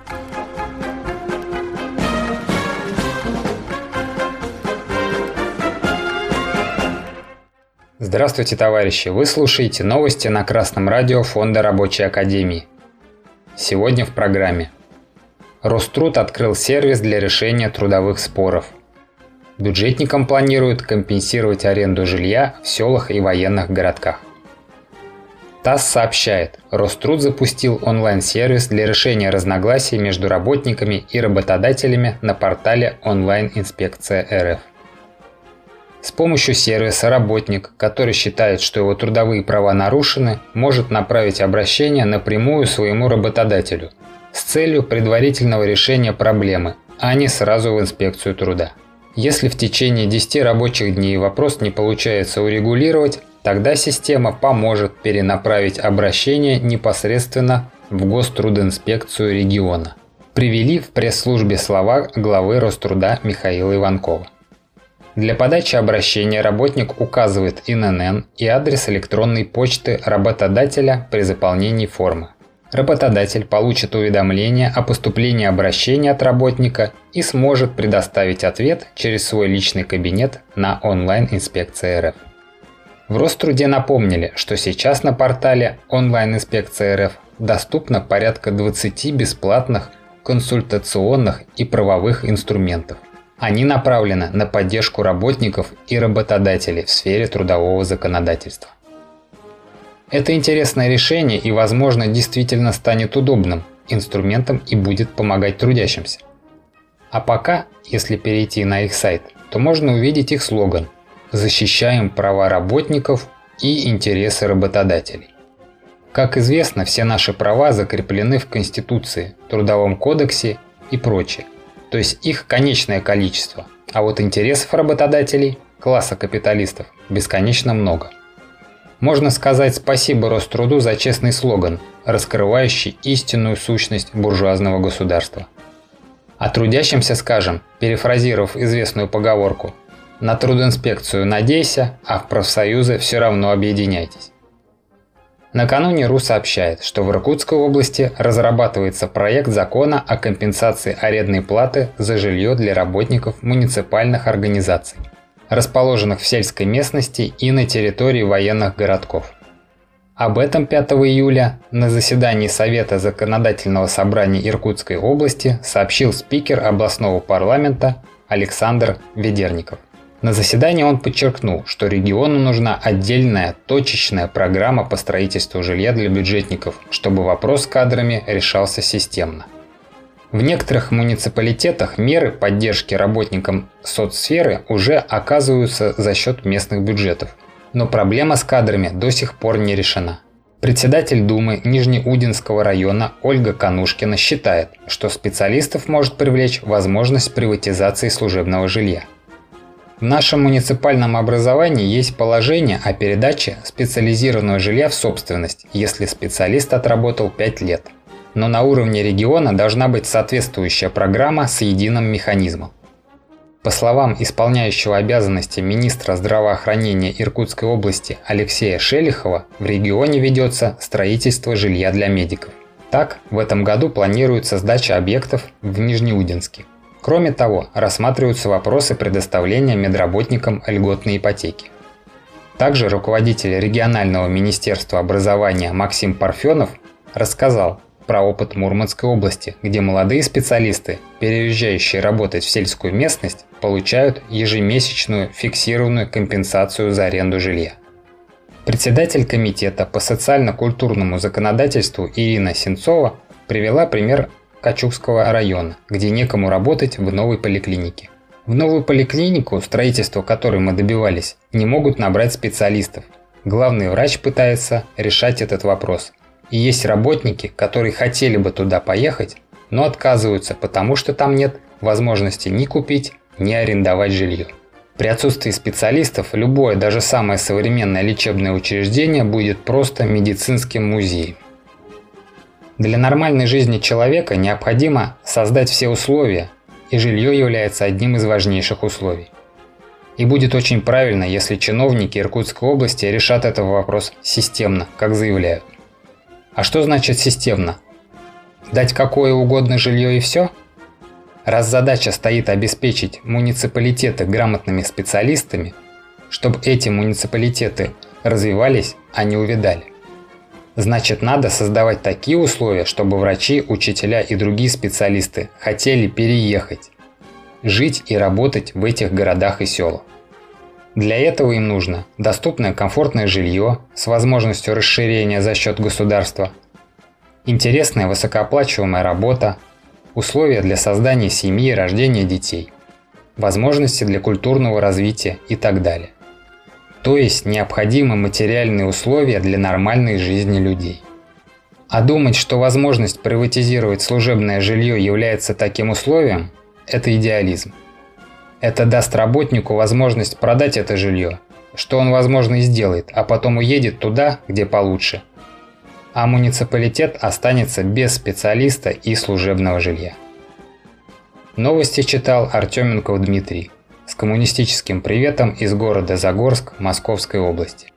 Здравствуйте, товарищи! Вы слушаете новости на Красном радио Фонда Рабочей Академии. Сегодня в программе. Роструд открыл сервис для решения трудовых споров. Бюджетникам планируют компенсировать аренду жилья в селах и военных городках. ТАСС сообщает, Роструд запустил онлайн-сервис для решения разногласий между работниками и работодателями на портале «Онлайн-инспекция РФ». С помощью сервиса работник, который считает, что его трудовые права нарушены, может направить обращение напрямую своему работодателю с целью предварительного решения проблемы, а не сразу в инспекцию труда. Если в течение 10 рабочих дней вопрос не получается урегулировать, тогда система поможет перенаправить обращение непосредственно в Гострудинспекцию региона. Привели в пресс-службе слова главы Роструда Михаила Иванкова. Для подачи обращения работник указывает ИНН и адрес электронной почты работодателя при заполнении формы. Работодатель получит уведомление о поступлении обращения от работника и сможет предоставить ответ через свой личный кабинет на онлайн-инспекции РФ. В Роструде напомнили, что сейчас на портале онлайн-инспекции РФ доступно порядка 20 бесплатных консультационных и правовых инструментов. Они направлены на поддержку работников и работодателей в сфере трудового законодательства. Это интересное решение и, возможно, действительно станет удобным инструментом и будет помогать трудящимся. А пока, если перейти на их сайт, то можно увидеть их слоган «Защищаем права работников и интересы работодателей». Как известно, все наши права закреплены в Конституции, Трудовом кодексе и прочее. То есть их конечное количество, а вот интересов работодателей, класса капиталистов, бесконечно много. Можно сказать спасибо Роструду за честный слоган, раскрывающий истинную сущность буржуазного государства. А трудящимся скажем, перефразировав известную поговорку: «На трудинспекцию надейся, а в профсоюзы все равно объединяйтесь». Накануне РУ сообщает, что в Иркутской области разрабатывается проект закона о компенсации арендной платы за жилье для работников муниципальных организаций, расположенных в сельской местности и на территории военных городков. Об этом 5 июля на заседании Совета Законодательного собрания Иркутской области сообщил спикер областного парламента Александр Ведерников. На заседании он подчеркнул, что региону нужна отдельная точечная программа по строительству жилья для бюджетников, чтобы вопрос с кадрами решался системно. В некоторых муниципалитетах меры поддержки работникам соцсферы уже оказываются за счет местных бюджетов, но проблема с кадрами до сих пор не решена. Председатель Думы Нижнеудинского района Ольга Канушкина считает, что специалистов может привлечь возможность приватизации служебного жилья. В нашем муниципальном образовании есть положение о передаче специализированного жилья в собственность, если специалист отработал 5 лет. Но на уровне региона должна быть соответствующая программа с единым механизмом. По словам исполняющего обязанности министра здравоохранения Иркутской области Алексея Шелихова, в регионе ведется строительство жилья для медиков. Так, в этом году планируется сдача объектов в Нижнеудинске. Кроме того, рассматриваются вопросы предоставления медработникам льготной ипотеки. Также руководитель регионального министерства образования Максим Парфенов рассказал про опыт Мурманской области, где молодые специалисты, переезжающие работать в сельскую местность, получают ежемесячную фиксированную компенсацию за аренду жилья. Председатель комитета по социально-культурному законодательству Ирина Сенцова привела пример Качукского района, где некому работать в новой поликлинике. В новую поликлинику, строительство которой мы добивались, не могут набрать специалистов. Главный врач пытается решать этот вопрос. И есть работники, которые хотели бы туда поехать, но отказываются, потому что там нет возможности ни купить, ни арендовать жилье. При отсутствии специалистов любое, даже самое современное лечебное учреждение будет просто медицинским музеем. Для нормальной жизни человека необходимо создать все условия, и жилье является одним из важнейших условий. И будет очень правильно, если чиновники Иркутской области решат этот вопрос системно, как заявляют. А что значит системно? Дать какое угодно жилье и все? Раз задача стоит обеспечить муниципалитеты грамотными специалистами, чтобы эти муниципалитеты развивались, а не увядали. Значит, надо создавать такие условия, чтобы врачи, учителя и другие специалисты хотели переехать, жить и работать в этих городах и селах. Для этого им нужно доступное комфортное жилье с возможностью расширения за счет государства, интересная высокооплачиваемая работа, условия для создания семьи и рождения детей, возможности для культурного развития и так далее. То есть необходимы материальные условия для нормальной жизни людей. А думать, что возможность приватизировать служебное жилье является таким условием – это идеализм. Это даст работнику возможность продать это жилье, что он, возможно, и сделает, а потом уедет туда, где получше. А муниципалитет останется без специалиста и служебного жилья. Новости читал Артеменков Дмитрий. С коммунистическим приветом из города Загорск Московской области.